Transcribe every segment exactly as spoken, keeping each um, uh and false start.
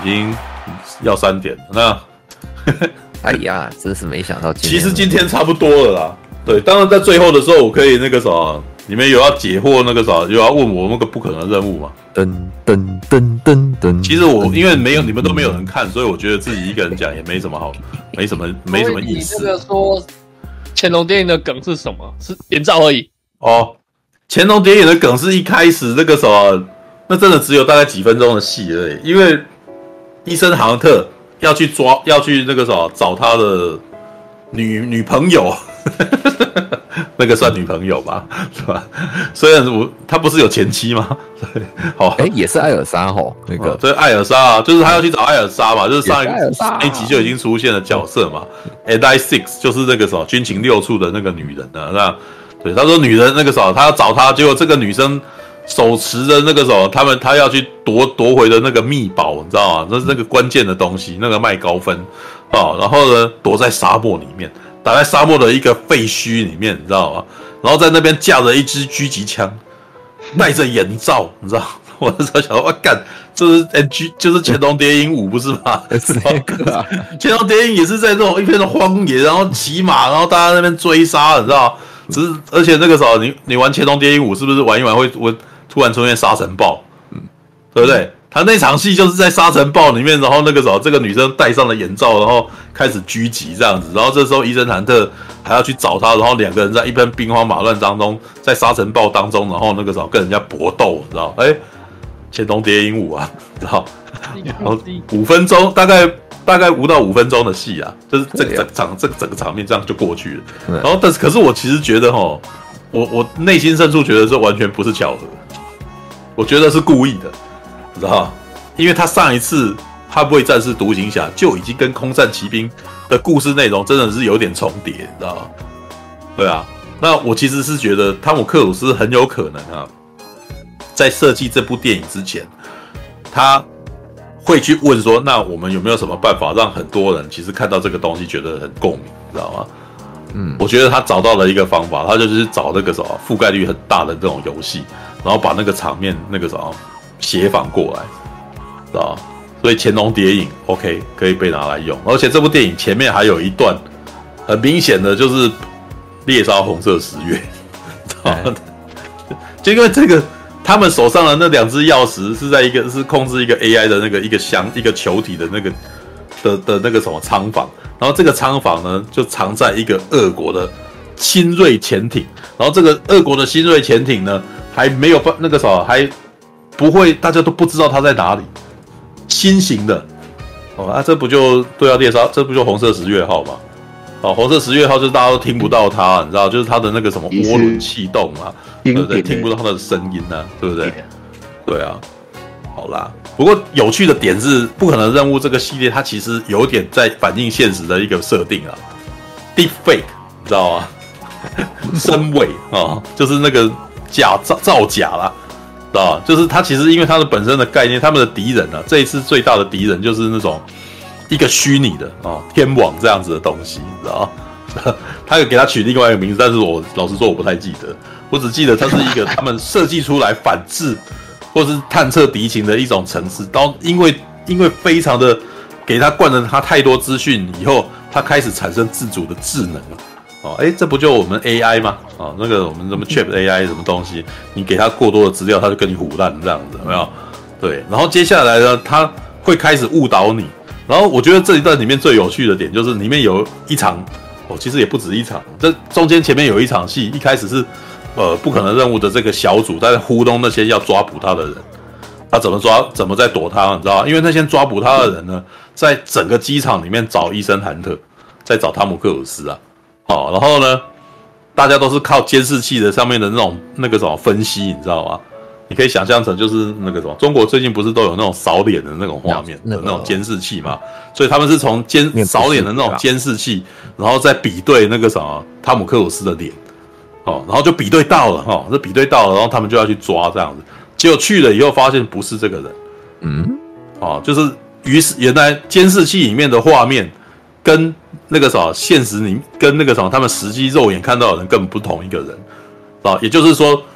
经要三点了。那哎呀，真是没想到今天。 其实今天差不多了啦。对，当然在最后的时候，我可以那个什么，你们有要解惑那个啥，有要问我那个不可能任务嘛？ 噔噔噔噔噔。 其实我因为没有你们都没有人看，所以我觉得自己一个人讲也没什么好，没什么没什么意思。 你这个说乾隆电影的梗是什么？是眼罩而已。 哦，乾隆电影的梗是一开始那个什么，那真的只有大概几分钟的戏而已，因为医生杭特要去抓，要去那个什么找他的女女朋友。那个算女朋友吧，是吧？虽然我他不是有前妻吗？对，好， 哎、欸，也是艾尔莎吼，那个， 对、哦，艾尔莎啊，就是他要去找艾尔莎嘛，就是上一上一集就已经出现了角色嘛 ，A I Six 就是那个什么军情六处的那个女人啊，那对他说女人那个什么，他要找她，结果这个女生手持的那个什么，他们他要去夺夺回的那个秘宝，你知道吗？这是那个关键的东西，那个麦高芬哦，然后呢，躲在沙漠里面。打在沙漠的一个废墟里面，你知道吗？然后在那边架着一支狙击枪，戴着眼罩，你知道？我那时候想说，哇干，这是 N G， 就是《乾隆谍影五》不是吗？ 是那个啊， 《乾隆谍影》也是在这种一片的荒野，然后骑马，然后大家在那边追杀，你知道？只是而且那个时候，你你玩《乾隆谍影五》是不是玩一玩会会突然出现沙尘暴？嗯，对不对？他那场戏就是在沙尘暴里面，然后那个时候这个女生戴上了眼罩，然后开始狙击这样子，然后这时候伊森坦特还要去找他，然后两个人在一片兵荒马乱当中，在沙尘暴当中，然后那个时候跟人家搏斗，你知道？哎，乾隆谍影五啊，知道？然后五分钟，大概大概五到五分钟的戏啊，就是这个整场这个整个场面这样就过去了。然后但是可是我其实觉得齁，我我内心深处觉得这完全不是巧合，我觉得是故意的。你知道，因为他上一次捍卫战士独行侠就已经跟空战骑兵的故事内容真的是有点重叠，你知道吗？对啊，那我其实是觉得汤姆克鲁斯很有可能啊，在设计这部电影之前，他会去问说，那我们有没有什么办法让很多人其实看到这个东西觉得很共鸣，你知道吗？嗯，我觉得他找到了一个方法，他就是找那个什么覆盖率很大的这种游戏，然后把那个场面那个什么协仿过来，知道？所以乾隆谍影 OK 可以被拿来用，而且这部电影前面还有一段很明显的就是猎杀红色十月，知道吗？就因为这个他们手上的那两只钥匙是在一个是控制一个 A I 的那个一个箱一个球体的那个的的那个什么仓房，然后这个仓房呢就藏在一个俄国的新锐潜艇，然后这个俄国的新锐潜艇呢还没有那个什么还不会，大家都不知道它在哪里，新型的哦啊，这不就对啊猎杀，这不就红色十月号吗？哦，红色十月号就是大家都听不到它，你知道，就是它的那个什么涡轮气动啊，对不对？听不到它的声音啊，对不对？对啊，好啦。不过有趣的点是，不可能任务这个系列，它其实有点在反映现实的一个设定啊 ，deepfake， 你知道吗？深伪啊，就是那个假造造假啦。啊，就是他其实因为他的本身的概念，他们的敌人啊，这一次最大的敌人就是那种一个虚拟的啊天网这样子的东西，你知道吗？他有给他取另外一个名字，但是我老实说我不太记得，我只记得它是一个他们设计出来反制或是探测敌情的一种程式。然后因为因为非常的给他灌了他太多资讯以后，他开始产生自主的智能了。哦，哎，这不就我们 A I 吗？哦，那个我们什么 Chat A I 什么东西，你给他过多的资料，他就跟你唬烂这样子，有没有？对，然后接下来呢，他会开始误导你。然后我觉得这一段里面最有趣的点就是里面有一场，哦，其实也不止一场，这中间前面有一场戏，一开始是呃不可能任务的这个小组在糊弄那些要抓捕他的人，他怎么抓，怎么在躲他，你知道吗？因为那些抓捕他的人呢，在整个机场里面找伊森韩特，在找汤姆克鲁斯啊。好，然后呢，大家都是靠监视器的上面的那种那个什么分析，你知道吗？你可以想象成就是那个什么，中国最近不是都有那种扫脸的那种画面的那种监视器嘛？所以他们是从监扫脸的那种监视器，然后再比对那个什么汤姆克鲁斯的脸，哦，然后就比对到了，哈，这比对到了，然后他们就要去抓这样子，结果去了以后发现不是这个人，嗯，哦，就是于是原来监视器里面的画面跟那个啥，现实里跟那个啥，他们实际肉眼看到的人根本不同一个人，啊，也就是说，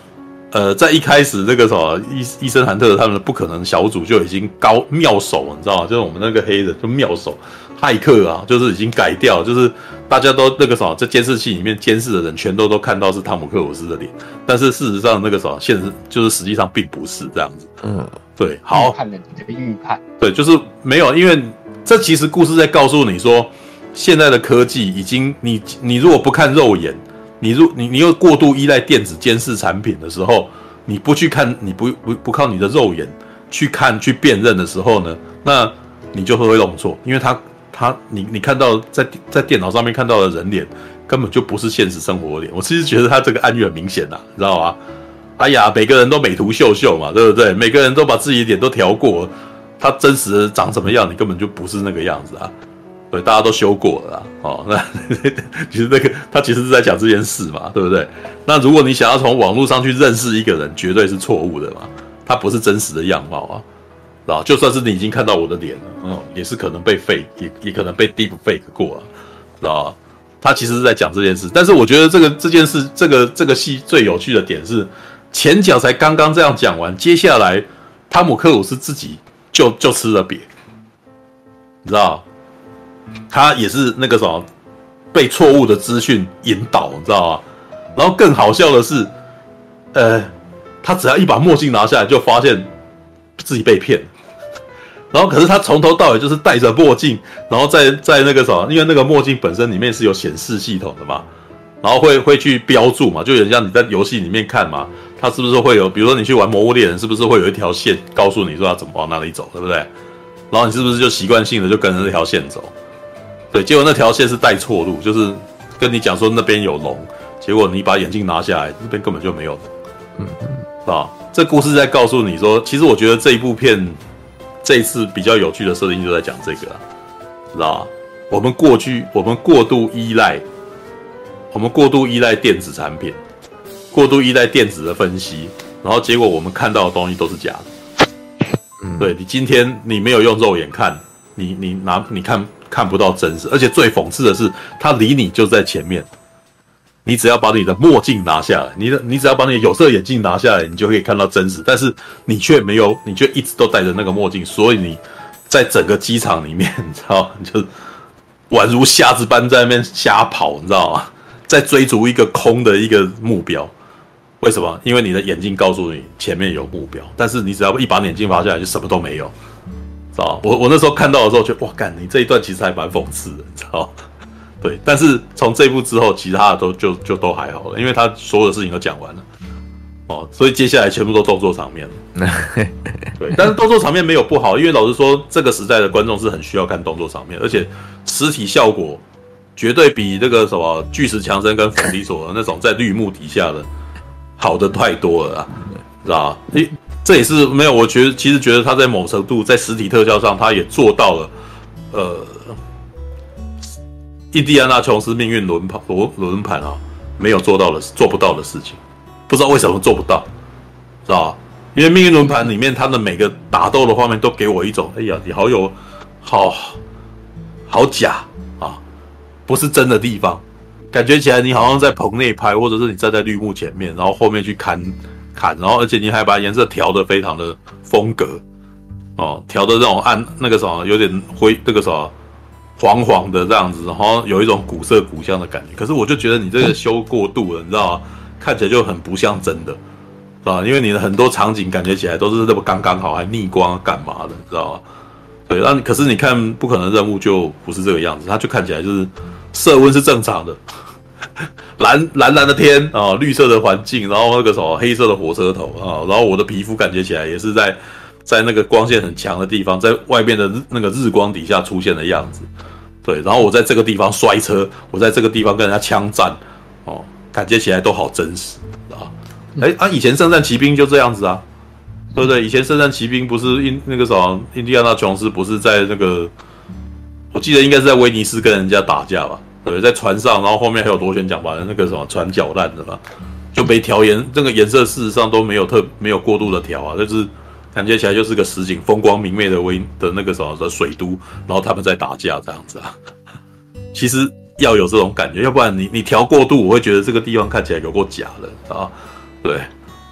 呃，在一开始那个什么伊伊森韩特他们的不可能小组就已经高妙手，你知道吗？就是我们那个黑人就妙手骇客啊，就是已经改掉，就是大家都那个什么，在监视器里面监视的人全都都看到是汤姆克鲁斯的脸，但是事实上那个什么现实就是实际上并不是这样子。嗯，对，好， 预判的这个预判， 对，就是没有，因为这其实故事在告诉你说，现在的科技已经你你如果不看肉眼。你如你你又过度依赖电子监视产品的时候，你不去看，你不不不靠你的肉眼去看去辨认的时候呢，那你就会弄错，因为他他你你看到在在电脑上面看到的人脸，根本就不是现实生活的脸。我其实觉得他这个暗喻很明显啦，你知道吗？哎呀，每个人都美图秀秀嘛，对不对？每个人都把自己的脸都调过，他真实的长什么样，你根本就不是那个样子啊。对，大家都修过了啦，哦，那其实那个他其实是在讲这件事嘛，对不对？那如果你想要从网络上去认识一个人，绝对是错误的嘛，他不是真实的样貌啊，知道？就算是你已经看到我的脸了，嗯，也是可能被 fake， 也也可能被 deep fake 过了，知道？他其实是在讲这件事，但是我觉得这个这件事，这个这个戏最有趣的点是，前脚才刚刚这样讲完，接下来汤姆克鲁斯自己就就吃了瘪，你知道？他也是那个什么被错误的资讯引导，你知道吗？然后更好笑的是，呃，他只要一把墨镜拿下来，就发现自己被骗。然后可是他从头到尾就是戴着墨镜，然后在在那个什么，因为那个墨镜本身里面是有显示系统的嘛，然后会会去标注嘛，就有点像你在游戏里面看嘛，它是不是会有，比如说你去玩魔物猎人，是不是会有一条线告诉你说要怎么往哪里走，对不对？然后你是不是就习惯性的就跟着这条线走？对，结果那条线是带错路，就是跟你讲说那边有龙，结果你把眼镜拿下来，那边根本就没有龙。嗯嗯，啊，这故事在告诉你说，其实我觉得这一部片这一次比较有趣的设定就在讲这个啊，知道吧？我们过去我们过度依赖，我们过度依赖电子产品，过度依赖电子的分析，然后结果我们看到的东西都是假的。嗯，对，你今天你没有用肉眼看，你你拿你看。看不到真实，而且最讽刺的是，他离你就在前面。你只要把你的墨镜拿下来，你的你只要把你的有色眼镜拿下来，你就可以看到真实。但是你却没有，你却一直都戴着那个墨镜，所以你在整个机场里面，你知道，就宛如瞎子般在那边瞎跑，你知道吗？在追逐一个空的一个目标。为什么？因为你的眼镜告诉你前面有目标，但是你只要一把眼镜拔下来，就什么都没有。我我那时候看到的时候，觉得哇，干，你这一段其实还蛮讽刺的，你知道？对，但是从这一部之后，其他的都就就都还好了，因为他所有的事情都讲完了，哦，所以接下来全部都动作场面了。对，但是动作场面没有不好，因为老实说，这个时代的观众是很需要看动作场面，而且实体效果绝对比那个什么巨石强森跟冯迪索那种在绿幕底下的好的太多了啦，知道吧？这也是没有，我觉得其实觉得他在某程度在实体特效上，他也做到了，呃，印第安纳琼斯命运轮盘轮轮盘啊，没有做到的做不到的事情，不知道为什么做不到，知道吧？因为命运轮盘里面，它的每个打斗的画面都给我一种，哎呀，你好有好好假啊，不是真的地方，感觉起来你好像在棚内拍，或者是你站在绿幕前面，然后后面去看。看，然后而且你还把颜色调得非常的风格哦，调的那种暗那个什么有点灰那个什么黄黄的这样子，然后有一种古色古香的感觉。可是我就觉得你这个修过度了，你知道吗？看起来就很不像真的，是吧？因为你的很多场景感觉起来都是那么刚刚好，还逆光干嘛的，你知道吗？对，那可是你看不可能任务就不是这个样子，它就看起来就是色温是正常的。蓝蓝蓝的天啊，绿色的环境，然后那个什么黑色的火车头啊，然后我的皮肤感觉起来也是在在那个光线很强的地方，在外面的那个日光底下出现的样子，对，然后我在这个地方摔车，我在这个地方跟人家枪战，哦，感觉起来都好真实啊！哎啊，以前圣战骑兵就这样子啊，对不对？以前圣战骑兵不是印那个什么印第安纳琼斯不是在那个，我记得应该是在威尼斯跟人家打架吧。对，在船上，然后后面还有螺旋桨把那个什么船搅烂的嘛，就没调颜，这个颜色事实上都没有特没有过度的调啊，就是感觉起来就是个实景风光明媚的威的那个什么的水都，然后他们在打架这样子啊。其实要有这种感觉，要不然你你调过度，我会觉得这个地方看起来有够假的啊。对，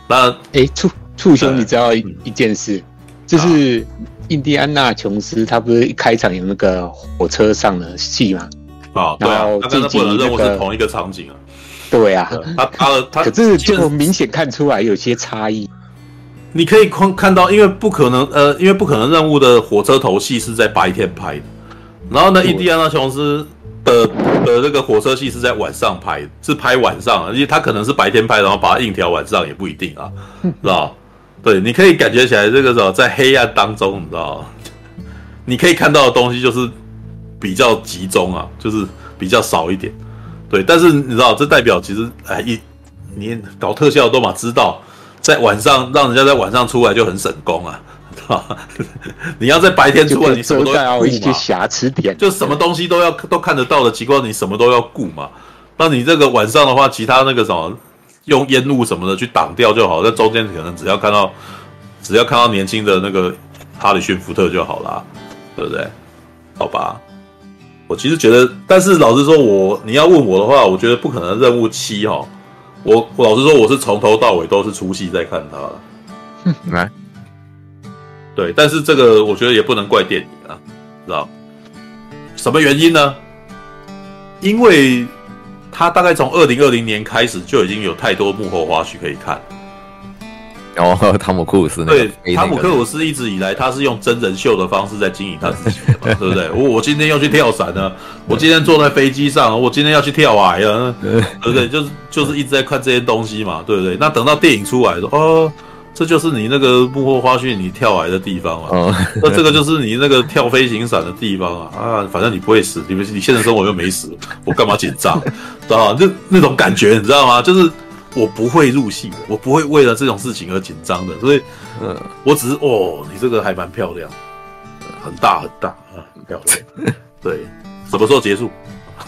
那哎，处处兄，你知道一一件事，就是印第安纳琼斯他不是一开场有那个火车上的戏吗？ 啊，对啊，他跟那不能任务是同一个场景啊。 对啊， 他他他， 可是就明显看出来有些差异。 你可以看看到，因为不可能呃，因为不可能任务的火车头戏是在白天拍的，然后呢，印第安纳琼斯的的那个火车戏是在晚上拍的，是拍晚上啊，因为他可能是白天拍，然后把它硬调晚上也不一定啊，知道？对，你可以感觉起来这个时候在黑暗当中，你知道，你可以看到的东西就是比较集中啊，就是比较少一点。对，但是你知道，这代表其实哎，一你搞特效都嘛知道，在晚上让人家在晚上出来就很省工啊，你要在白天出来，你什么都要顾嘛，一些瑕疵点， 就什么东西都要都看得到的情况，你什么都要顾嘛。那你这个晚上的话，其他那个什么用烟雾什么的去挡掉就好，在中间可能只要看到只要看到年轻的那个哈里逊福特就好啦，对不对？好吧。我其实觉得，但是老实说我，我你要问我的话，我觉得不可能任务七哈。我我老实说，我是从头到尾都是出戏在看它了。来，对，但是这个我觉得也不能怪电影啊，知道？什么原因呢？因为它大概从二零二零年开始就已经有太多幕后花絮可以看。 哦，汤姆克鲁斯那个， 对，汤姆克鲁斯一直以来他是用真人秀的方式在经营他自己的嘛，对不对？我我今天要去跳伞呢，我今天坐在飞机上，我今天要去跳崖了，对不对？就是就是一直在看这些东西嘛，对不对？那等到电影出来说，哦，这就是你那个幕后花絮，你跳崖的地方嘛，哦，那这个就是你那个跳飞行伞的地方啊，啊，反正你不会死，你你现实生活又没死，我干嘛紧张？知道吗？就那种感觉，你知道吗？就是。我不会入戏的，我不会为了这种事情而紧张的，所以，嗯，我只是哦，你这个还蛮漂亮，很大很大啊，很漂亮。对，什么时候结束？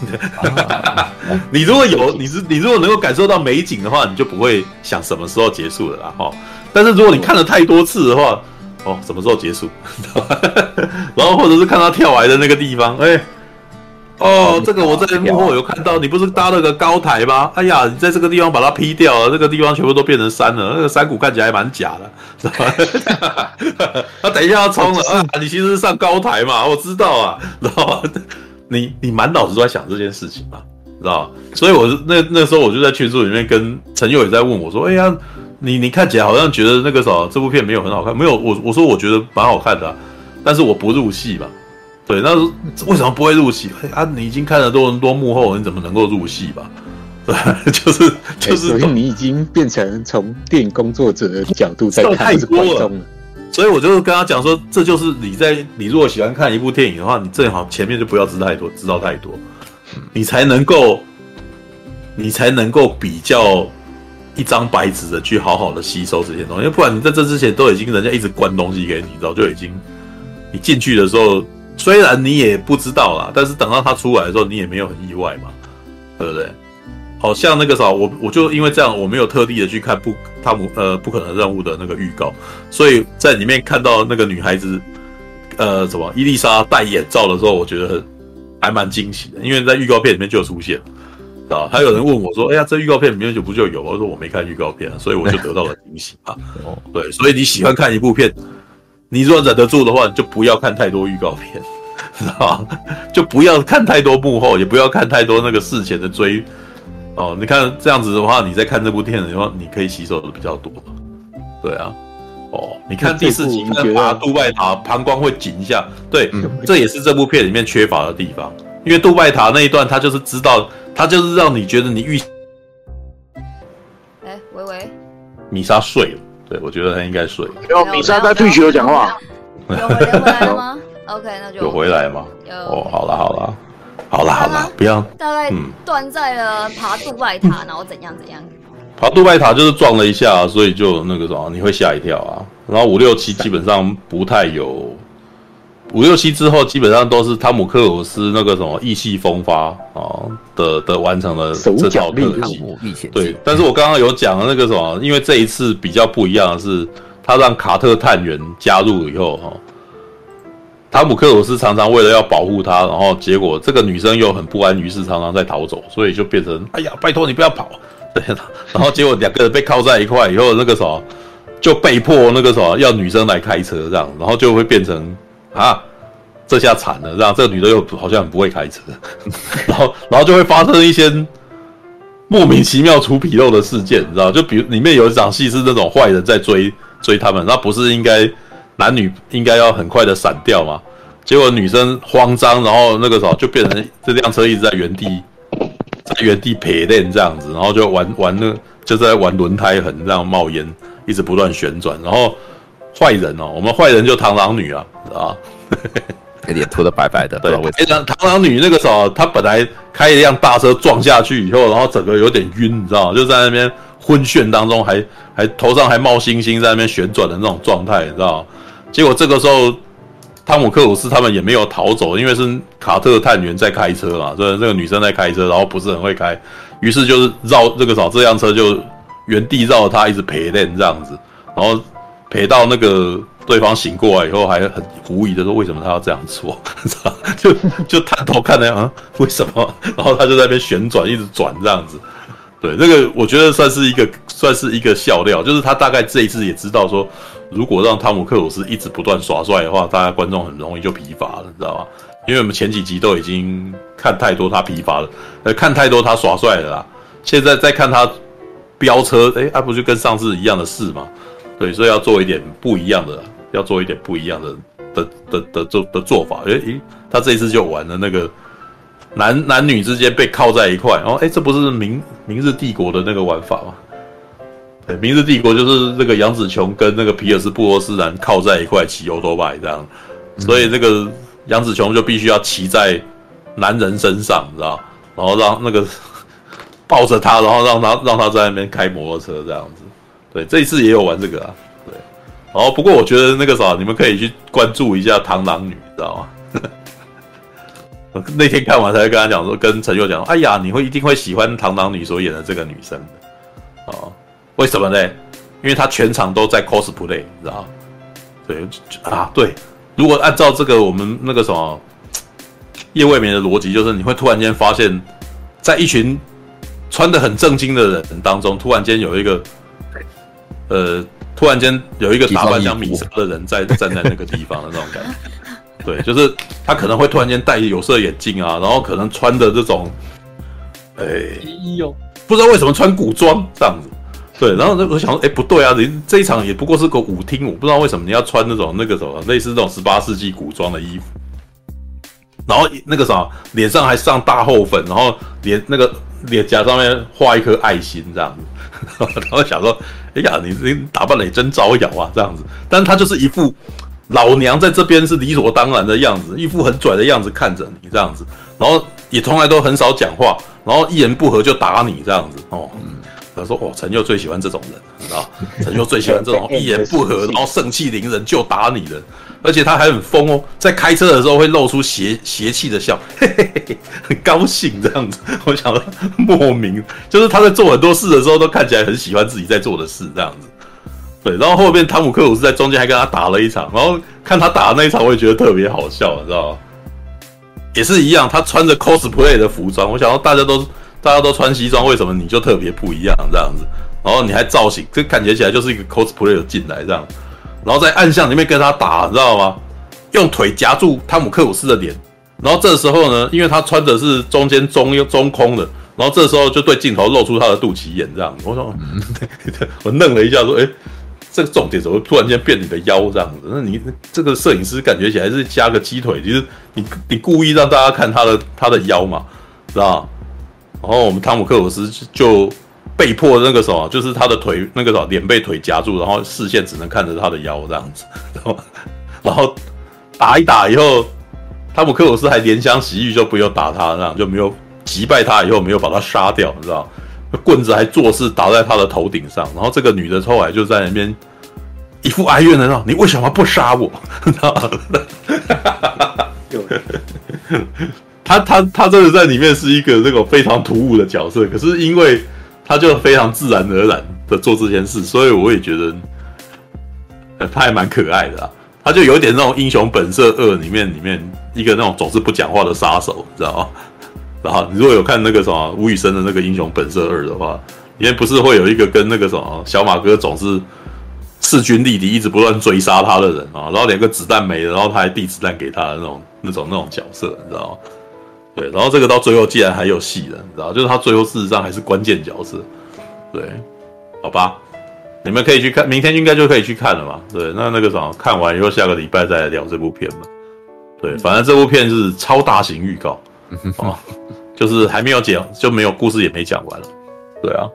你如果有，你是你如果能够感受到美景的话，你就不会想什么时候结束了啦，哈。但是如果你看了太多次的话，哦，什么时候结束？然后或者是看到跳崖的那个地方，哎、欸。哦，这个我在幕后有看到，你不是搭了个高台吗？哎呀，你在这个地方把它劈掉了，这个地方全部都变成山了，那个山谷看起来还蛮假的，知道吧？他等一下要冲了啊！你其实是上高台嘛，我知道啊，知道吧？你你满脑子都在想这件事情嘛，知道吧？所以我那那时候我就在群组里面跟陈佑也在问我说：“哎呀，你你看起来好像觉得那个啥这部片没有很好看，没有我我说我觉得蛮好看的、啊，但是我不入戏嘛。”对，那为什么不会入戏啊？你已经看了多多幕后，你怎么能够入戏吧？对，就是就是， 所以你已经变成从电影工作者的角度在看这观众了。 所以我就跟他讲说，这就是你在你如果喜欢看一部电影的话，你正好前面就不要知太多，知道太多，你才能够你才能够比较一张白纸的去好好的吸收这些东西，因为不然你在这之前都已经人家一直灌东西给你，早就已经你进去的时候。虽然你也不知道啦，但是等到他出来的时候，你也没有很意外嘛，对不对？好像那个啥，我我就因为这样，我没有特地的去看不汤姆呃不可能任务的那个预告，所以在里面看到那个女孩子呃什么伊丽莎戴眼罩的时候，我觉得还蛮惊喜的，因为在预告片里面就有出现，啊，还有人问我说：“哎呀，这预告片里面就不就有？”我说：“我没看预告片啊，所以我就得到了惊喜啊。”对，所以你喜欢看一部片。你如果忍得住的话，你就不要看太多预告片，知道吧？就不要看太多幕后，也不要看太多那个事前的追。哦，你看这样子的话，你在看这部片的话，你可以吸收的比较多。对啊，哦，你看第四集看爬杜拜塔，膀胱会紧一下。对，嗯、这也是这部片里面缺乏的地方。因为杜拜塔那一段，他就是知道，他就是让你觉得你预。 哎，喂喂， 米莎睡了。对，我觉得他应该睡。 有米莎在退学讲话。 有回来回来了吗 ？OK， 那就有回来吗？有。哦，好了好了，好了好了，不要。 大概断在了爬杜拜塔，然后怎样怎样。 爬杜拜塔就是撞了一下，所以就那个什么，你会吓一跳啊。然后五六七基本上不太有，五六七之后基本上都是汤姆克鲁斯那个什么意气风发啊的的完成了这套特技。对，但是我刚刚有讲的那个什么，因为这一次比较不一样的是，他让卡特探员加入以后哈，汤姆克鲁斯常常为了要保护他，然后结果这个女生又很不安于是，常常在逃走，所以就变成哎呀，拜托你不要跑， 对，然后结果两个人被铐在一块以后，那个什么就被迫那个什么要女生来开车这样，然后就会变成啊，这下惨了，这样这个女的又好像很不会开车，然后然后就会发生一些莫名其妙出纰漏的事件，你知道？就比如里面有一场戏是那种坏人在追追他们，那不是应该男女应该要很快的闪掉吗？结果女生慌张，然后那个时候就变成这辆车一直在原地。在原地陪练这样子，然后就玩玩那，就在玩轮胎痕这样冒烟，一直不断旋转。然后坏人哦，我们坏人就螳螂女啊，知道吧？ 脸涂的白白的， 对， 不知道为什么。 螳螂女那个时候，她本来开一辆大车撞下去以后，然后整个有点晕，你知道吗？就在那边昏眩当中还，还头上还冒星星在那边旋转的那种状态，你知道吗？结果这个时候。汤姆克鲁斯他们也没有逃走，因为是卡特探员在开车嘛，所以那个女生在开车，然后不是很会开，于是就是绕这个找这辆车就原地绕他一直陪练这样子，然后陪到那个对方醒过来以后，还很狐疑的说为什么他要这样做，就就探头看了啊为什么，然后他就在那边旋转一直转这样子，对，这个我觉得算是一个算是一个笑料，就是他大概这一次也知道说。如果让汤姆克鲁斯一直不断耍帅的话，大家观众很容易就疲乏了，你知道吗？因为我们前几集都已经看太多他疲乏了，呃，看太多他耍帅了啦。现在再看他飙车，哎，啊不就跟上次一样的事嘛？对，所以要做一点不一样的，要做一点不一样的的的的的的做法。哎诶，他这一次就玩了那个男男女之间被铐在一块，然后哎，这不是明明日帝国的那个玩法吗？对，明日帝国就是那个杨紫琼跟那个皮尔斯布洛斯南靠在一块骑欧多拜这样，所以那个杨紫琼就必须要骑在男人身上，你知道，然后让那个抱着他，然后让他让他在那边开摩托车这样子。对，这一次也有玩这个啊。对，然后不过我觉得那个啥，你们可以去关注一下螳螂女，知道吗？那天看完才跟他讲说，跟陈佑讲，哎呀，你会一定会喜欢螳螂女所演的这个女生的，哦。为什么呢？因为他全场都在 cosplay， 你知道？对啊，对。如果按照这个我们那个什么叶未眠的逻辑，就是你会突然间发现，在一群穿得很正经的人当中，突然间有一个呃，突然间有一个打扮像米莎的人在站在那个地方的那种感觉。对，就是他可能会突然间戴有色眼镜啊，然后可能穿的这种，哎、欸，不知道为什么穿古装这样子。对，然后我想说，哎，不对啊，你这一场也不过是个舞厅，我不知道为什么你要穿那种那个什么类似那种十八世纪古装的衣服，然后那个啥，脸上还上大厚粉，然后脸那个脸颊上面画一颗爱心这样子，然后想说，哎呀，你你打扮的也真招摇啊这样子，但是他就是一副老娘在这边是理所当然的样子，一副很拽的样子看着你这样子，然后也从来都很少讲话，然后一言不合就打你这样子哦。他说：“哦，陈佑最喜欢这种人，你知道？陈佑最喜欢这种一言不合，然后盛气凌人就打你的，而且他还很疯哦，在开车的时候会露出邪邪气的笑，嘿嘿嘿，很高兴这样子。我想说，莫名就是他在做很多事的时候，都看起来很喜欢自己在做的事这样子。对，然后后面汤姆克鲁斯在中间还跟他打了一场，然后看他打的那一场，我也觉得特别好笑，你知道吗？也是一样，他穿着 cosplay 的服装，我想到大家都。”大家都穿西装，为什么你就特别不一样这样子？然后你还造型，这看起来就是一个 cosplayer 进来这样，然后在暗巷里面跟他打，你知道吗？用腿夹住汤姆克鲁斯的脸，然后这时候呢，因为他穿的是中间中中空的，然后这时候就对镜头露出他的肚脐眼这样。我说，我愣了一下，说，哎，这个重点怎么突然间变你的腰这样子？那你这个摄影师感觉起来是加个鸡腿，其实你你故意让大家看他的他的腰嘛，知道吗？然后我们汤姆克鲁斯就被迫那个什么，就是他的腿那个什么脸被腿夹住，然后视线只能看着他的腰这样子，然后然后打一打以后，汤姆克鲁斯还怜香惜玉，就不用打他，这样就没有击败他以后没有把他杀掉，你知道？棍子还做事打在他的头顶上，然后这个女的后来就在那边一副哀怨的说：“你为什么不杀我？”你知道吗？他他他真的在里面是一个那种非常突兀的角色，可是因为他就非常自然而然的做这件事，所以我也觉得，呃，他还蛮可爱的啊。他就有一点那种《英雄本色二》里面里面一个那种总是不讲话的杀手，你知道吗？然后你如果有看那个什么吴宇森的那个《英雄本色二》的话， 因为不是会有一个跟那个什么小马哥总是势均力敌，一直不断追杀他的人啊，然后连个子弹没了，然后他还递子弹给他的那种那种那种角色，你知道吗？对，然后这个到最后竟然还有戏了，你知道，就是他最后事实上还是关键角色，对，好吧，你们可以去看，明天应该就可以去看了嘛，对，那那个什么，看完以后下个礼拜再来聊这部片嘛，对，反正这部片是超大型预告，哦，就是还没有讲，就没有故事也没讲完了，对啊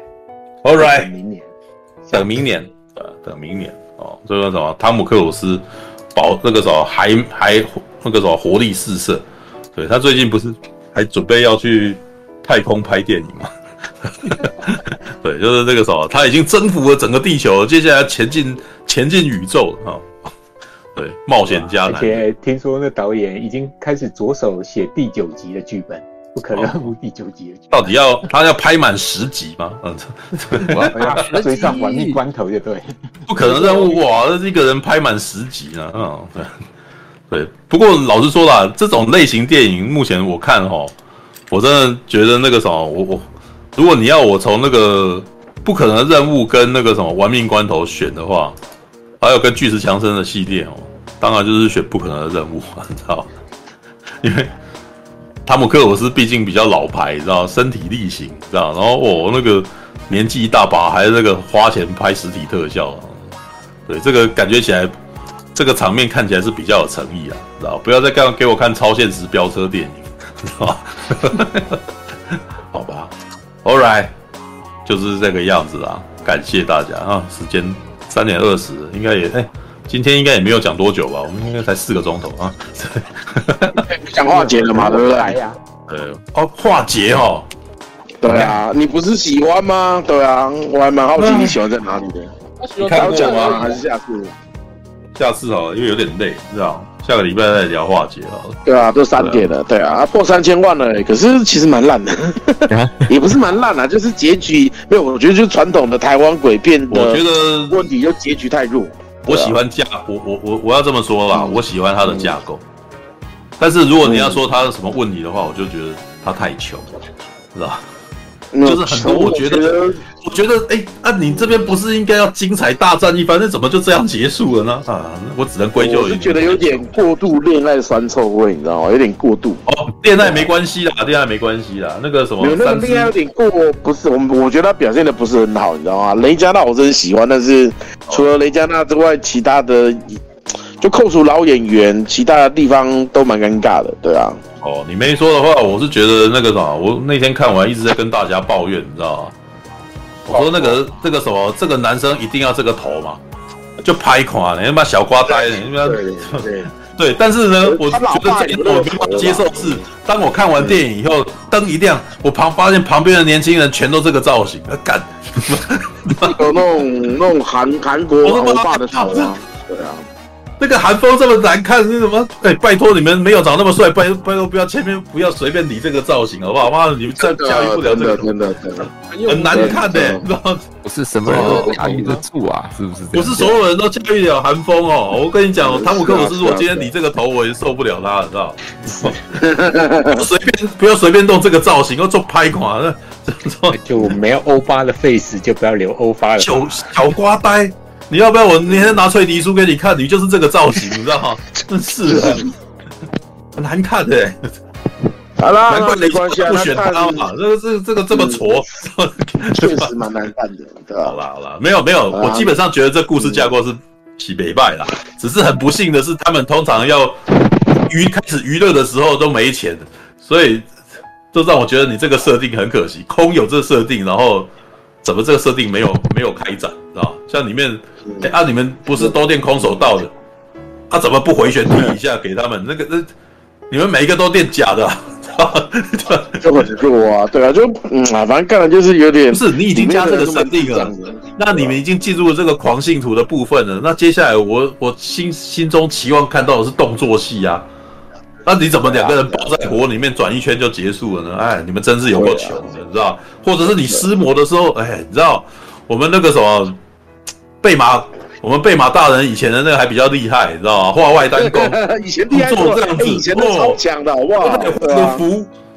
，All right， 明年， 等明年，呃，等明年哦，这个什么，汤姆克鲁斯保那个什么还还那个什么活力四射。对，他最近不是还准备要去太空拍电影吗？对，就是这个时候，他已经征服了整个地球了，接下来前进前进宇宙啊、哦！对，冒险家男。 而且听说那导演已经开始着手写第九集的剧本，不可任务第九集的剧本。 到底要他要拍满十集吗？嗯， 要追上玩命关头就对。 不可能任务哇！这一个人拍满十集呢？嗯，对。对，不过老实说啦，这种类型电影目前我看齁，我真的觉得那个什么，我我如果你要我从那个不可能的任务跟那个什么玩命关头选的话，还有跟巨石强森的系列哦，当然就是选不可能的任务，你知道？因为汤姆克鲁斯毕竟比较老牌，你知道，身体力行，你知道，然后我、哦、那个年纪一大把，还那个花钱拍实体特效，对，这个感觉起来。这个场面看起来是比较有诚意啊，知道？不要再干给我看超现实飙车电影，知道吗？好吧 ，All right， 就是这个样子啦。感谢大家啊！时间三点二十，应该也哎、欸，今天应该也没有讲多久吧？我们应该才四个钟头啊。 讲化解了嘛，对不对？ 对，哦，化解哦。 对啊，你不是喜欢吗？对啊，我还蛮好奇你喜欢在哪里的。 你看过吗？ 还是下次？ 下次好了，因为有点累，知道？下个礼拜再聊化解好了。 对啊，都三点了，对啊，破三千万了、欸，可是其实蛮烂的，也不是蛮烂啊，就是结局没有，我觉得就是传统的台湾鬼片的， 我觉得问题就结局太弱。 我喜欢架，我我我我要这么说啦，嗯、我喜欢它的架构，嗯、但是如果你要说它有什么问题的话，我就觉得它太穷，知道吧？就是很多，我觉得，我觉得，哎、欸，啊，你这边不是应该要精彩大战一番，那怎么就这样结束了呢？啊，我只能归咎于。 我是觉得有点过度恋爱酸臭味，你知道吗？有点过度。 哦，恋爱没关系啦，恋爱没关系啦，那个什么， 有那个恋爱有点过，不是我，我觉得他表现的不是很好，你知道吗？雷佳娜我真的喜欢，但是除了雷佳娜之外，其他的就扣除老演员，其他的地方都蛮尴尬的，对啊。 哦，你没说的话，我是觉得那个什么，我那天看完一直在跟大家抱怨，你知道吗？我说那个这个什么，这个男生一定要这个头嘛，就拍垮，你他妈小瓜呆，你他妈对对对。但是呢，我觉得这一我没办法接受是，当我看完电影以后，灯一亮，我旁发现旁边的年轻人全都这个造型，干， 有那种那种韩韩国欧巴的头啊，对啊。 那个韩风这么难看是什么？哎、欸，拜托你们没有长那么帅，拜拜托不要前面不要随便理这个造型好不好？妈的，你们这驾驭不了这个， 真的真的很难看的、欸，你知道吗？ 不是什么人都驾驭得住啊，是不是？ 不是所有人都驾驭了韩风哦。我跟你讲，汤姆克鲁斯如果今天理这个头，我也受不了他，你知道？不随便不要随便动这个造型，要做拍垮那就没有欧巴的 face， 就不要留欧巴的。 小小瓜呆。你要不要我明天拿脆皮书给你看？你就是这个造型，你知道吗？真是的，很难看的、欸。 好啦， 难怪没关系啊， 不选他嘛。这个这这个这么挫， 确实蛮难看的，对吧？ 好啦好啦，没有没有，我基本上觉得这故事架构是洗北败啦。只是很不幸的是，他们通常要娱开始娱乐的时候都没钱，所以就让我觉得你这个设定很可惜。空有这个设定，然后怎么这个设定没有没有开展，知道？像里面，哎、欸、啊，你们不是都练空手道的，啊，怎么不回旋踢一下给他们？那个那，你们每一个都练假的、啊， 就很弱啊，对啊，就嗯啊，反正看了就是有点， 不是你已经加这个设定了，那你们已经进入了这个狂信徒的部分了，那接下来我我心心中期望看到的是动作戏啊，那你怎么两个人抱在火里面转一圈就结束了呢？哎，你们真是有够穷的，你知道？或者是你施魔的时候，哎，你知道我们那个什么？贝马，我们贝马大人以前的那个还比较厉害，你知道吗？画外单弓， 以前厉害过， 这样子， 以前都超强的，好不好？ 那个符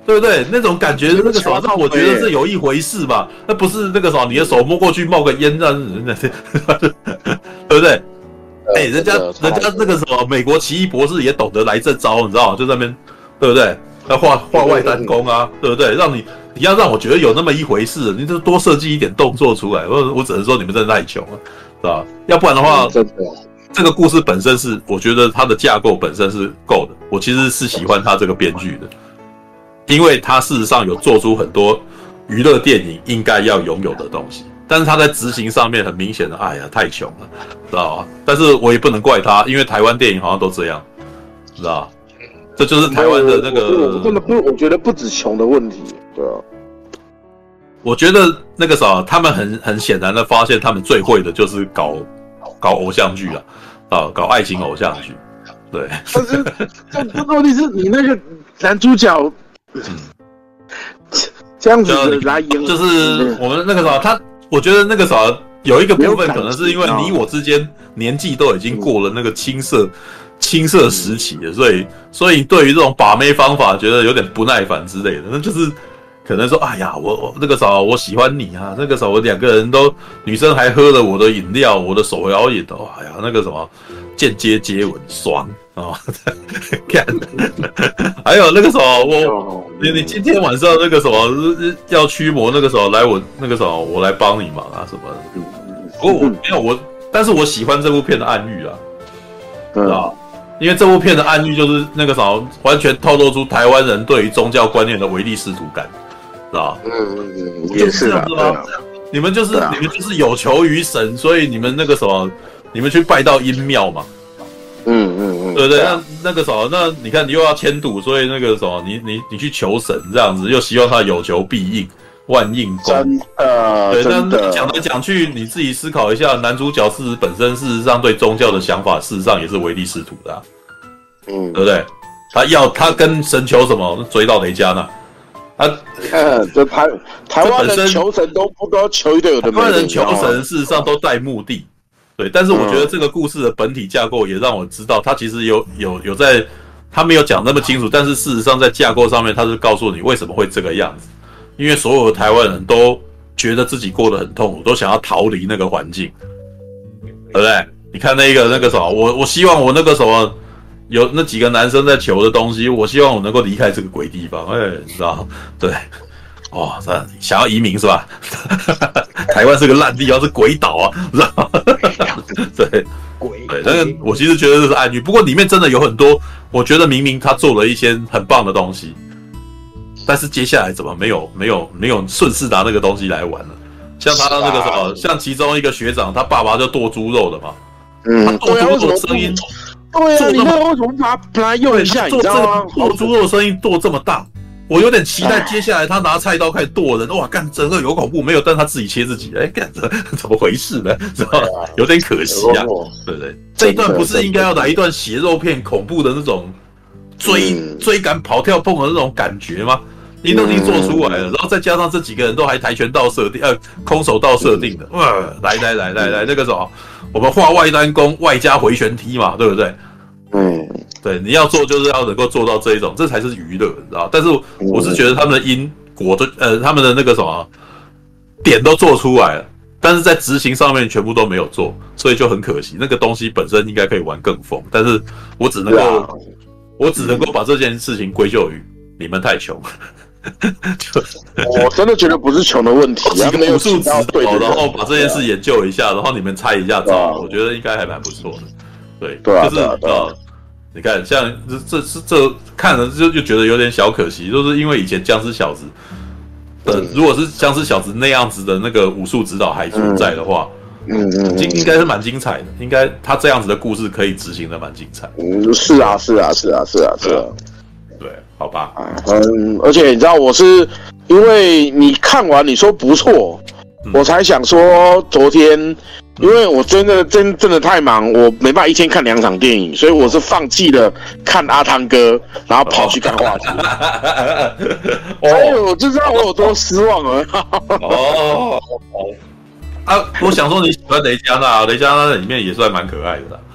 对不对？那种感觉，那个什么让我觉得是有一回事吧，那不是那个什么，你的手摸过去冒个烟，这样子，对不对？哎、欸，人家人家那个什么，美国奇异博士也懂得来这招，你知道吗？就在那边，对不对？要画画外单弓啊，对不对？让你你要让我觉得有那么一回事，你就多设计一点动作出来。我我只能说你们真的太穷了，是吧？要不然的话，真的。这个故事本身是，我觉得它的架构本身是够的。我其实是喜欢它这个编剧的，因为它事实上有做出很多娱乐电影应该要拥有的东西，但是它在执行上面很明显的，哎呀，太穷了，知道吗？但是我也不能怪他，因为台湾电影好像都这样，知道吗？这就是台湾的那个， 真的不，我觉得不止穷的问题，对啊。 我觉得那个啥，他们很很显然的发现，他们最会的就是搞搞偶像剧了，啊，搞爱情偶像剧，对。 但是这这问题是你那个男主角，嗯、这样子的来演， 就是我们那个啥，他我觉得那个啥有一个部分可能是因为你我之间年纪都已经过了那个青涩青涩时期了，所以所以对于这种把妹方法觉得有点不耐烦之类的，那就是。可能说，哎呀，我我那个时候我喜欢你啊，那个时候我两个人都女生还喝了我的饮料，我的手摇饮哦，哎呀，那个什么间接接吻爽啊！看，还有那个时候我你你今天晚上那个什么要驱魔，那个时候来我那个时候我来帮你忙啊什么的。不过我没有我，但是我喜欢这部片的暗喻啊，知道？因为这部片的暗喻就是那个什么，完全透露出台湾人对于宗教观念的唯利是图感。知道？嗯嗯嗯，也是这样子吗？你们就是、啊、你们就是有求于神，所以你们那个什么，你们去拜到阴庙嘛。嗯嗯嗯，对对，那那个什么，那你看你又要迁赌，所以那个什么，你你你去求神这样子，又希望他有求必应，万应公。真的，对，那讲来讲去，你自己思考一下，男主角事实本身事实上对宗教的想法，事实上也是唯利是图的、啊。嗯，对不对？他要他跟神求什么？追到雷佳那。啊， 嗯，就台台湾人求神都不都求一堆有的没的。 台湾人求神事实上都带目的，对。但是我觉得这个故事的本体架构也让我知道，他其实有有有在，他没有讲那么清楚，但是事实上在架构上面，他是告诉你为什么会这个样子。因为所有的台湾人都觉得自己过得很痛苦，都想要逃离那个环境，对不对？你看那个那个什么，我我希望我那个什么。有那几个男生在求的东西，我希望我能够离开这个鬼地方。哎、欸，你知道？对，哦，想要移民是吧？台湾是个烂地方，是鬼岛啊，知道？对，鬼。对，但是我其实觉得这是暗喻，不过里面真的有很多，我觉得明明他做了一些很棒的东西，但是接下来怎么没有没有没有顺势拿那个东西来玩了？像他那个什么，像其中一个学长，他爸爸就剁猪肉的嘛，嗯，他剁猪肉的声音。 对啊，你那为什么把它把它用一下？你知道吗？ 剁猪肉的声音剁这么大，我有点期待接下来他拿菜刀开始剁人，哇，干整个有恐怖没有？但他自己切自己，哎，干怎么回事呢？知道吗？有点可惜啊，对不对？这一段不是应该要来一段血肉片恐怖的那种追追赶跑跳碰的那种感觉吗？你都已经做出来了，然后再加上这几个人都还跆拳道设定，呃，空手道设定的，哇，来来来来来，那个什么，我们画外单弓外加回旋踢嘛，对不对？嗯，对，你要做就是要能够做到这一种，这才是娱乐，你知道？但是我是觉得他们的因果都，呃，他们的那个什么点都做出来了，但是在执行上面全部都没有做，所以就很可惜。那个东西本身应该可以玩更疯，但是我只能够，啊、我只能够把这件事情归咎于你们太穷。 我真的觉得不是穷的问题， 几个武术指导，然后把这件事研究一下，然后你们猜一下招，啊、我觉得应该还蛮不错的。对， 对啊、 就是啊、呃，你看，像这这这看了就就觉得有点小可惜，就是因为以前僵尸小子，呃，如果是僵尸小子那样子的那个武术指导还存在的话，嗯嗯，应该是蛮精彩的，应该他这样子的故事可以执行的蛮精彩。 嗯，是啊，是啊，是啊，是啊，是啊。 对，好吧， 嗯，而且你知道，我是因为你看完你说不错，嗯、我才想说昨天，因为我真的真真的太忙，我没办法一天看两场电影，所以我是放弃了看阿汤哥，然后跑去看话剧。哦，哎呦，就知道我有多失望了。 哦，啊，我想说你喜欢雷佳娜，雷佳娜里面也算蛮可爱的啦。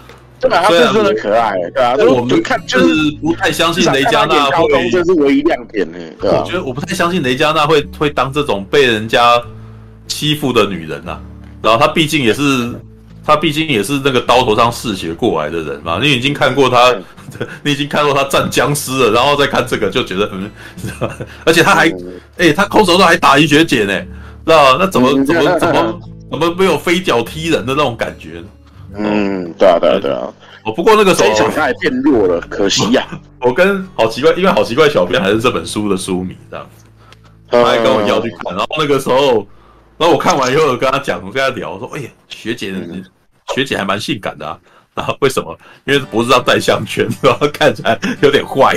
对啊，他是真的可爱，对啊， 我们看就是不太相信雷佳娜会， 这是唯一亮点呢。对啊， 我觉得我不太相信雷佳娜会会当这种被人家欺负的女人啊。然后她毕竟也是，她毕竟也是那个刀头上嗜血过来的人嘛。你已经看过她，你已经看过她战僵尸了，然后再看这个就觉得嗯，而且她还，哎、欸，她空手道还打赢学姐呢，知道那怎么怎么怎么怎么没有飞脚踢人的那种感觉？ 嗯，对啊，对啊，对啊。 哦，不过那个时候这一场他还变弱了，可惜呀、啊。 我跟好奇怪，因为好奇怪小编还是这本书的书迷这样子，他还跟我要去看。然后那个时候，然后我看完以后，我跟他讲，我跟他聊，我说：“哎呀，学姐，嗯、学姐还蛮性感的啊。”然后为什么？因为脖子上戴项圈，然后看起来有点坏。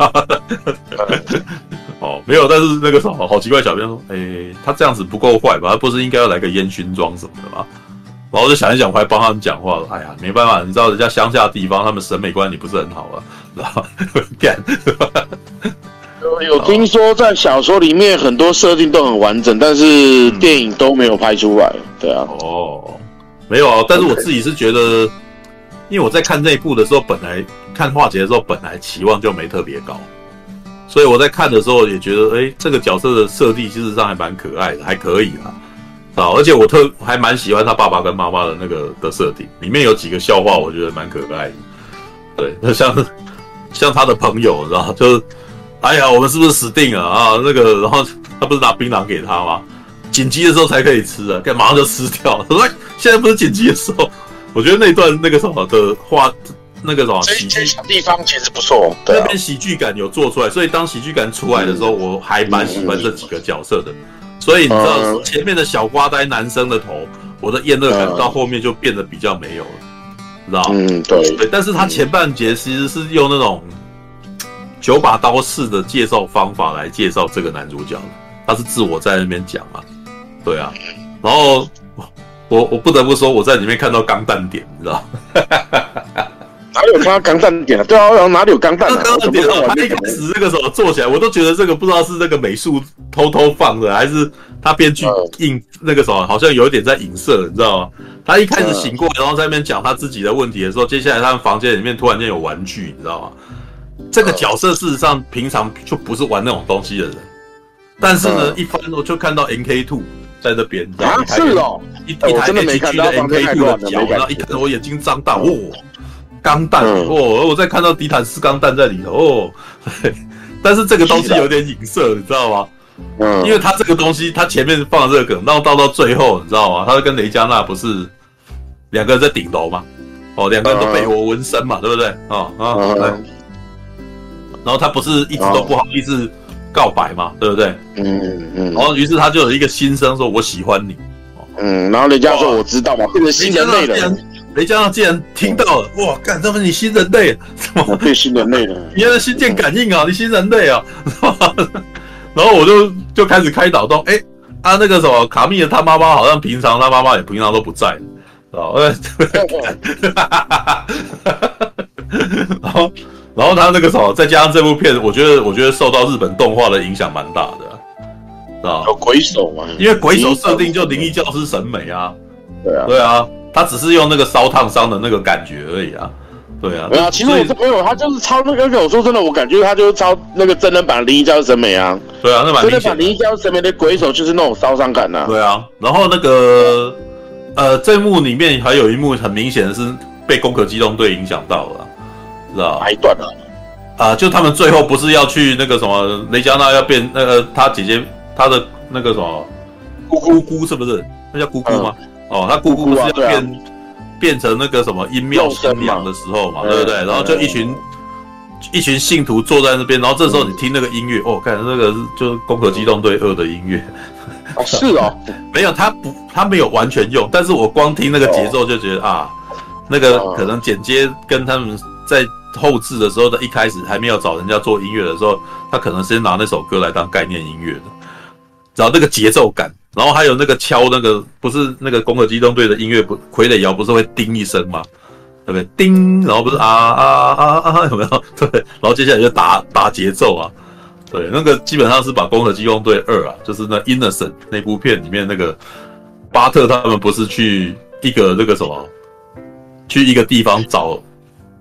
哦，没有，但是那个时候好奇怪小编说：“哎、欸，他这样子不够坏吧？他不是应该要来个烟熏妆什么的吗？”然后我就想一想，我还帮他们讲话。哎呀，没办法，你知道人家乡下的地方，他们审美观你不是很好啊，然后干。 有有听说在小说里面很多设定都很完整，但是电影都没有拍出来。对啊。 哦，没有啊，但是我自己是觉得，因为我在看这一部的时候，本来看化解的时候，本来期望就没特别高，所以我在看的时候也觉得，哎，这个角色的设定其实上还蛮可爱的，还可以啦。啊，而且我特还蛮喜欢他爸爸跟妈妈的那个的设定，里面有几个笑话，我觉得蛮可爱的。对，那像像他的朋友，然后就是，哎呀，我们是不是死定了啊？那个，然后他不是拿槟榔给他吗？紧急的时候才可以吃啊，干马上就吃掉。他说现在不是紧急的时候。我觉得那段那个什么的话，那个什么喜剧小地方其实不错，对啊、 那边喜剧感有做出来，所以当喜剧感出来的时候，嗯、我还蛮喜欢这几个角色的。所以你知道前面的小瓜呆男生的头，我的厌恶感到后面就变得比较没有了，知道吗？嗯，对对。但是他前半节其实是用那种九把刀式的介绍方法来介绍这个男主角的，他是自我在那边讲啊，对啊。然后我我不得不说，我在里面看到钢弹点，你知道哪里有看到钢弹点啊？对啊，哪里有钢弹、啊？ 钢弹点哦，他一开始那个时候做起来，我都觉得这个不知道是那个美术偷偷放的，还是他编剧印那个什么，好像有一点在影射，你知道吗？他一开始醒过来，然后在那边讲他自己的问题的时候，接下来他们房间里面突然间有玩具，你知道吗？这个角色事实上平常就不是玩那种东西的人，但是呢，一翻我就看到 N K 二 在那边，你知道吗？ 是哦， 一一台 H G 的 N K 二 的脚，然后一看我眼睛张大，哇！钢弹、嗯、哦，我再看到迪坦斯钢弹在里头哦，但是这个东西有点影射，你知道吗？嗯，因为他这个东西，他前面放这个梗，然后到到最后，你知道吗？他跟雷佳娜不是两个人在顶楼嘛？哦，两个人都被我纹身嘛，对不对？啊啊，对。然后他不是一直都不好意思告白嘛，对不对？嗯嗯。然后于是他就有一个心声说：“我喜欢你。”嗯， 然后人家说：“我知道嘛，变成新人类了。” 雷佳娜竟然听到了，哇！干，这不是你新人类？怎么变新人类了？ 你的心电感应啊，你新人类啊！然后我就就开始开导动，哎、欸，啊，那个什么卡密的他妈妈好像平常他妈妈也平常都不在，然后，然后，然后他那个什么，再加上这部片，我觉得我觉得受到日本动画的影响蛮大的、啊，知道有鬼手嘛？ 因为鬼手设定就灵异教师审美啊， 对啊， 对啊。他只是用那个烧烫伤的那个感觉而已啊，对啊， 没有、啊，其实我这朋友他就是抄那个，我说真的，我感觉他就是抄那个真人版的灵异教师审美啊， 对啊，那蛮真人版灵异教师审美的鬼手就是那种烧伤感呐、啊， 对啊，然后那个呃，这幕里面还有一幕很明显的是被攻壳机动队影响到了，知道吧？ 哪一段啊？ 啊、呃，就他们最后不是要去那个什么雷佳娜要变那个他姐姐他的那个什么姑姑姑是不是？那叫姑姑吗？嗯哦，他姑姑不是要变、啊啊、变成那个什么阴庙新娘的时候嘛，对不对？然后就一群、嗯、一群信徒坐在那边，然后这时候你听那个音乐，哦，看那个是就是《攻壳机动队二》的音乐， 哦是哦， 没有他不他没有完全用，但是我光听那个节奏就觉得、哦、啊，那个可能剪接跟他们在后制的时候的一开始还没有找人家做音乐的时候，他可能先拿那首歌来当概念音乐的，然后那个节奏感。然后还有那个敲那个不是那个攻壳机动队的音乐不傀儡摇不是会叮一声吗？对不对？叮，然后不是啊啊啊啊有没有？对，然后接下来就打打节奏啊，对，那个基本上是把攻壳机动队二啊，就是那 Innocent 那部片里面那个巴特他们不是去一个那个什么，去一个地方找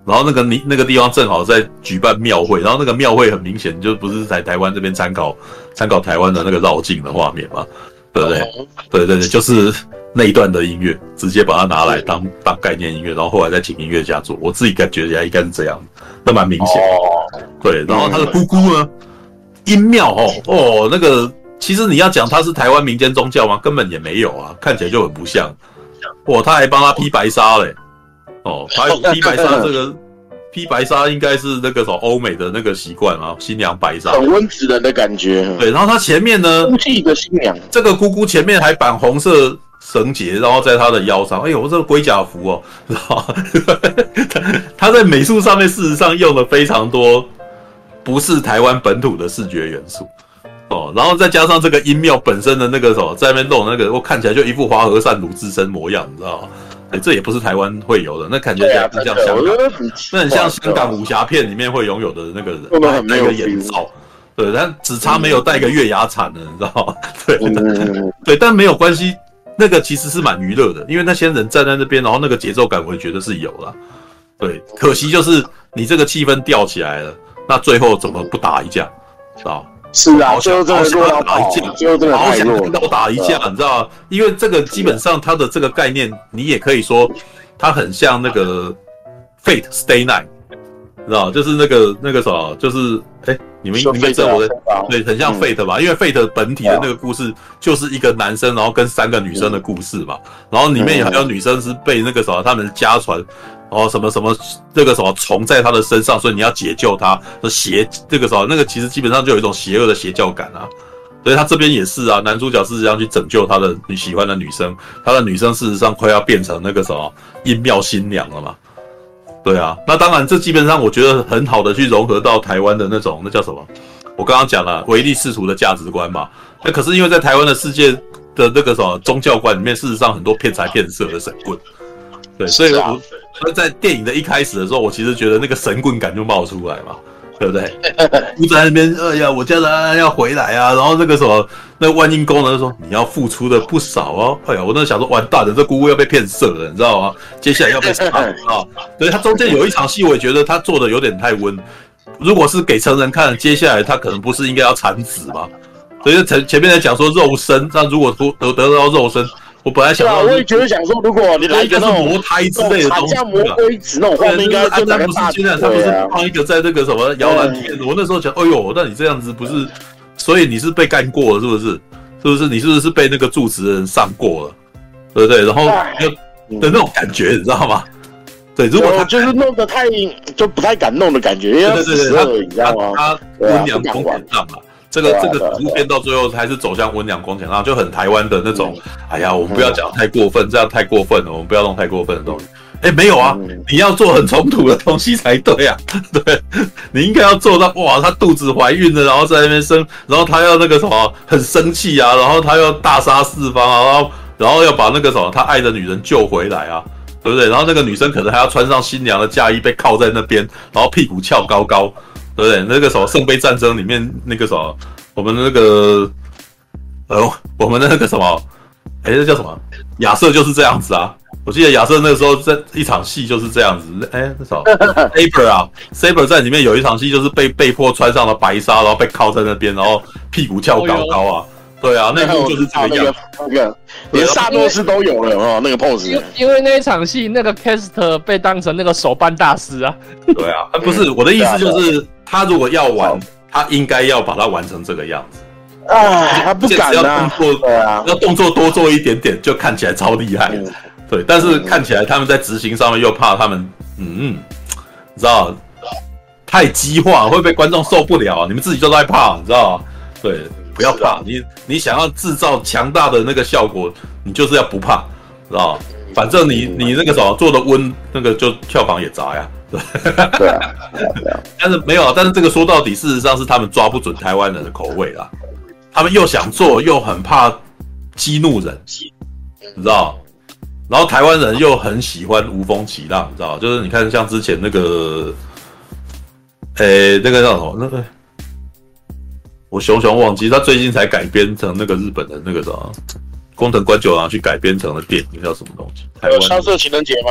然后那个你那个地方正好在举办庙会，然后那个庙会很明显就不是在台湾这边参考参考台湾的那个绕境的画面嘛，对不对？对对对，就是那一段的音乐，直接把它拿来当当概念音乐，然后后来再请音乐家做，我自己感觉起来应该是这样，那蛮明显的。对，然后他的姑姑呢，阴庙哦哦那个。其实你要讲它是台湾民间宗教吗？根本也没有啊，看起来就很不像。哇，他还帮他披白纱嘞！哦，他披白纱这个披白纱应该是那个什么欧美的那个习惯啊，新娘白纱， 很温子仁的感觉。 对，然后他前面呢， 哭泣的新娘， 这个姑姑前面还绑红色绳结，然后在她的腰上，哎呦，这个龟甲服哦，知道他在美术上面事实上用了非常多不是台湾本土的视觉元素。哦，然后再加上这个阴庙本身的那个什么，在那边弄那个，我看起来就一副华和善鲁智深模样，你知道吗？哎，这也不是台湾会有的，那感觉像像香港，那很像香港武侠片里面会拥有的那个人，戴个眼罩，对，但只差没有戴个月牙铲了，你知道吗？对，嗯、对，但没有关系，那个其实是蛮娱乐的，因为那些人站在那边，然后那个节奏感，我也觉得是有啦。对，可惜就是你这个气氛吊起来了，那最后怎么不打一架，知道？ 是啊，最后真的落到打一架，最后真的好想看到打一架，你知道吗？因为这个基本上它的这个概念，你也可以说它很像那个 Fate Stay Night， 知道？就是那个那个什么，就是哎、欸，你们应该知道我的，对，很像 Fate 吧？嗯、因为 Fate 本体的那个故事就是一个男生，然后跟三个女生的故事嘛，然后里面还有女生是被那个什么他们家传。哦，什么什么这个什么虫在他的身上，所以你要解救他。邪这个什么那个其实基本上就有一种邪恶的邪教感啊。所以他这边也是啊，男主角事实上去拯救他的你喜欢的女生，他的女生事实上快要变成那个什么阴庙新娘了嘛。对啊，那当然这基本上我觉得很好的去融合到台湾的那种那叫什么？我刚刚讲了唯利是图的价值观嘛。那可是因为在台湾的世界的那个什么宗教观里面，事实上很多骗财骗色的神棍。对，所以我所以在电影的一开始的时候，我其实觉得那个神棍感就冒出来嘛，对不对？姑在那边，哎呀，我家的安安要回来啊，然后那个什么，那万应公呢就说你要付出的不少哦，哎呀，我那想说完蛋了，这姑姑要被骗色了，你知道吗？接下来要被杀了啊！所以他中间有一场戏，我也觉得他做的有点太温。如果是给成人看，接下来他可能不是应该要产子吗？所以前前面在讲说肉身，那如果得得到肉身。我本来想到， 我也觉得想说，如果你来一个那种魔胎之类的东西， 像魔龟子那种画面，应该就那个大腿啊。他不是放一个在那个什么摇篮里面？我那时候想，哎呦，那你这样子不是，所以你是被干过了，是不是？是不是？你是不是被那个住持的人上过了？对不对？然后的那种感觉，你知道吗？对，如果他就是弄得太就不太敢弄的感觉，因为对对对，他你知道吗？ 他温良恭俭让嘛。这个这个影片到最后还是走向温良恭俭让，就很台湾的那种。哎呀，我们不要讲太过分，这样太过分了，我们不要弄太过分的东西。哎，没有啊，你要做很冲突的东西才对啊。对，你应该要做到哇，她肚子怀孕了，然后在那边生，然后她要那个什么很生气啊，然后她要大杀四方啊，然后然后要把那个什么她爱的女人救回来啊，对不对？然后那个女生可能还要穿上新娘的嫁衣，被靠在那边，然后屁股翘高高。对不对？那个什么圣杯战争里面那个什么，我们那个呃，我们的那个什么，哎，那叫什么？亚瑟就是这样子啊。我记得亚瑟那个时候在一场戏就是这样子。哎，那什么 Saber 啊 ，Saber 在里面有一场戏就是被被迫穿上了白纱，然后被靠在那边，然后屁股翘高高啊。对啊，那幕就是这个样子。 那个连萨诺斯都有了哦，那个 pose。 因, 因为那一场戏，那个 Caster 被当成那个手办大师啊。 对啊，不是我的意思就是，他如果要玩，他应该要把它玩成这个样子。 哎，他不敢啊。 动作啊，要动作多做一点点，就看起来超厉害。嗯、对，但是看起来他们在执行上面又怕他们，嗯，你知道，太激化会被观众受不了，你们自己都在怕，你知道吗？对。不要怕，你你想要制造强大的那个效果，你就是要不怕，知道吗？反正你你那个什么做的温，那个就票房也砸呀，对。 对啊， 但是没有，但是这个说到底，事实上是他们抓不准台湾人的口味啦。他们又想做，又很怕激怒人，你知道？然后台湾人又很喜欢无风起浪，你知道？就是你看，像之前那个，诶，那个叫什么？那个。我熊熊忘记，他最近才改编成那个日本的那个什么宫藤官九郎去改编成了电影，叫什么东西？台湾萧瑟情人节吗？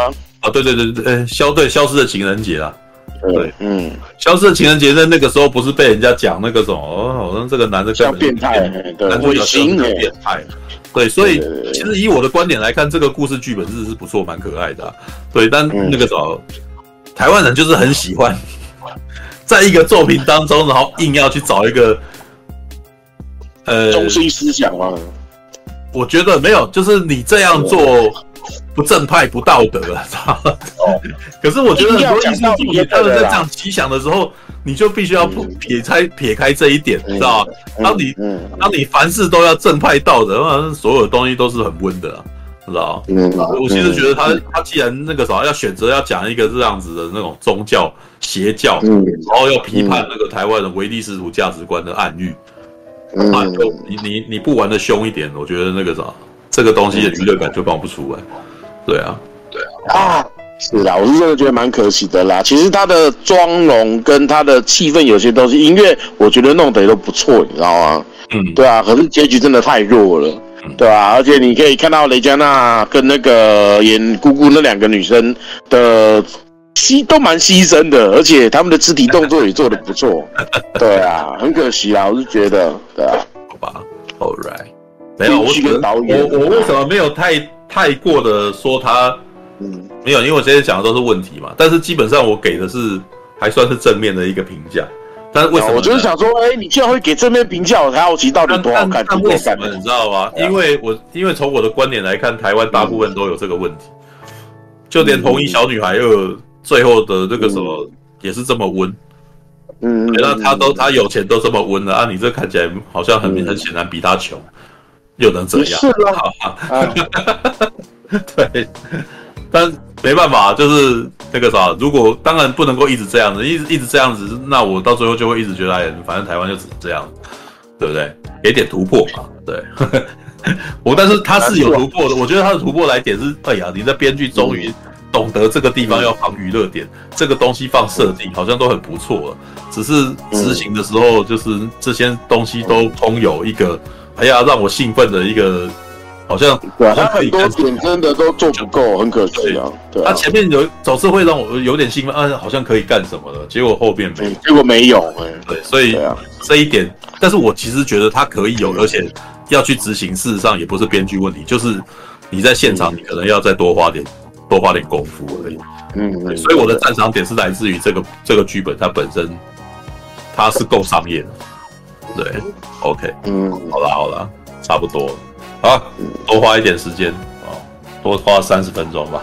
啊，对对对对，呃，消对消失的情人节啦。对， 嗯， 消失的情人节在那个时候不是被人家讲那个什么，哦，好像这个男的根本像变态，对， 男主角伪型就是变态。对，所以其实以我的观点来看，这个故事剧本是是不错，蛮可爱的、啊。对，但那个时候、嗯、台湾人就是很喜欢在一个作品当中，然后硬要去找一个呃中心思想嘛。 我觉得没有，就是你这样做不正派、不道德，知道吗？可是我觉得很多艺术作品，他们在这样奇想的时候，你就必须要撇开撇开这一点，你知道吗？当你当你凡事都要正派道德，所有的东西都是很温的，知道吗？我其实觉得他他既然那个啥要选择要讲一个这样子的那种宗教邪教，然后要批判那个台湾的唯利是图价值观的暗喻。嗯，啊、就你你你不玩的凶一点，我觉得那个啥，这个东西的娱乐感就放不出来。对啊，对啊， 啊，是啦，我是真的觉得蛮可惜的啦。其实他的妆容跟他的气氛，有些东西音乐，我觉得弄得也都不错，你知道吗？嗯，对啊。可是结局真的太弱了，嗯、对啊。而且你可以看到雷佳娜跟那个演姑姑那两个女生的。牺都蛮牺牲的，而且他们的肢体动作也做得不错。对啊，很可惜啦，我是觉得，对啊， 好吧 ，All right， 没有，我我我为什么没有太太过的说他，嗯，没有，因为我今天讲的都是问题嘛，但是基本上我给的是还算是正面的一个评价。但是为什么？ 我就是想说，哎、欸，你既然会给正面评价，我才好奇到底多好看。 但为什么你知道吗？因为我因为从我的观点来看，台湾大部分都有这个问题，就连红衣小女孩二。最后的那个什么、嗯、也是这么温，嗯，那他都他有钱都这么温了啊，你这看起来好像很、嗯、很显然比他穷，又能怎样？ 是啊，啊对，但没办法，就是那个啥，如果当然不能够一直这样子，一直一直这样子，那我到最后就会一直觉得，哎，反正台湾就只能这样，对不对？给点突破嘛，对。我但是他是有突破的，我觉得他的突破来点是，哎呀，你的编剧终于。懂得这个地方要放娱乐点，这个东西放设定好像都很不错了，只是执行的时候，就是这些东西都通有一个，哎呀，让我兴奋的一个，好像对啊，他很多点真的都做不够，很可惜啊。对啊， 他前面有总是会让我有点兴奋，啊，好像可以干什么了，结果后面没， 结果没有，哎， 对，所以这一点，但是我其实觉得他可以有，而且要去执行，事实上也不是编剧问题，就是你在现场，你可能要再多花点。多花点功夫而已，嗯，所以我的赞赏点是来自于这个这个剧本它本身，它是够商业的，对 ，OK， 嗯，好啦好啦，差不多了，好，多花一点时间哦，多花三十分钟吧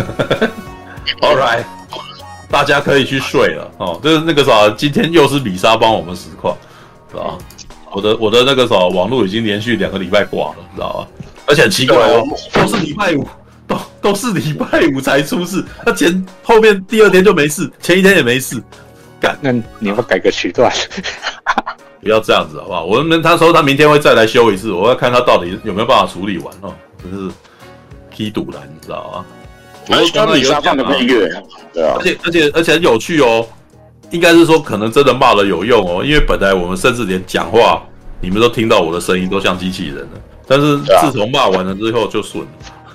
，All right， 大家可以去睡了哦，就是那个啥，今天又是米莎帮我们实况，知道吗？我的我的那个啥，网络已经连续两个礼拜挂了，知道吗？而且很奇怪哦，都是礼拜五。都都是礼拜五才出事，那前后面第二天就没事，前一天也没事，干， 那你要改个时段， 不要这样子好不好？我们他说他明天会再来修一次，我要看他到底有没有办法处理完哦，真是踢赌了，你知道吗？ 我刚刚米莎放的配乐，对啊， 而且而且而且很有趣哦，应该是说可能真的骂了有用哦，因为本来我们甚至连讲话你们都听到我的声音都像机器人了，但是自从骂完了之后就顺了。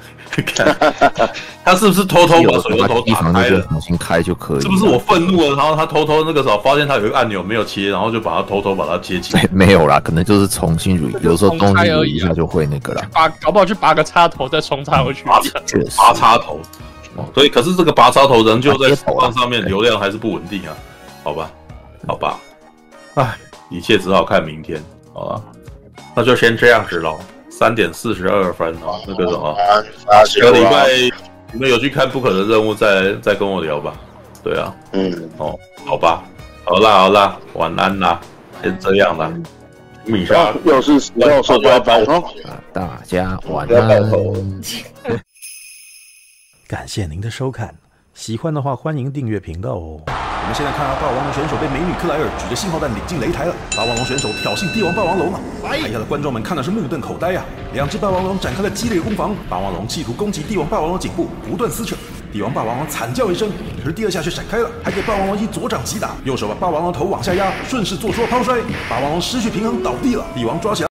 他是不是偷偷把水龙头打开了？ 重新开就可以。 是不是我愤怒了，然后他偷偷那个时候发现他有一个按钮没有切，然后就把它偷偷把它接起来？ 没有啦，可能就是重新捋，有时候东西捋一下就会那个啦。 拔，搞不好去拔个插头再重插回去。 拔拔插头，所以可是这个拔插头仍旧在手上上面流量还是不稳定啊？好吧，好吧，唉，一切只好看明天。好了，那就先这样子喽。三点四十二分哦，那个什么，下个礼拜你们有去看《不可能任务》再再跟我聊吧。对啊，嗯，哦，好吧，好啦好啦，晚安啦，先这样啦。米莎又是时候说拜拜哦， 大家晚安。 感谢您的收看，喜欢的话欢迎订阅频道哦。我们现在看到霸王龙选手被美女克莱尔举着信号弹领进擂台了，霸王龙选手挑衅帝王霸王龙啊！台下的观众们看的是目瞪口呆啊！两只霸王龙展开了激烈攻防，霸王龙企图攻击帝王霸王龙颈部，不断撕扯。帝王霸王龙惨叫一声，可是第二下却闪开了，还给霸王龙一左掌击打，右手把霸王龙头往下压，顺势做出了抛摔，霸王龙失去平衡倒地了，帝王抓起来。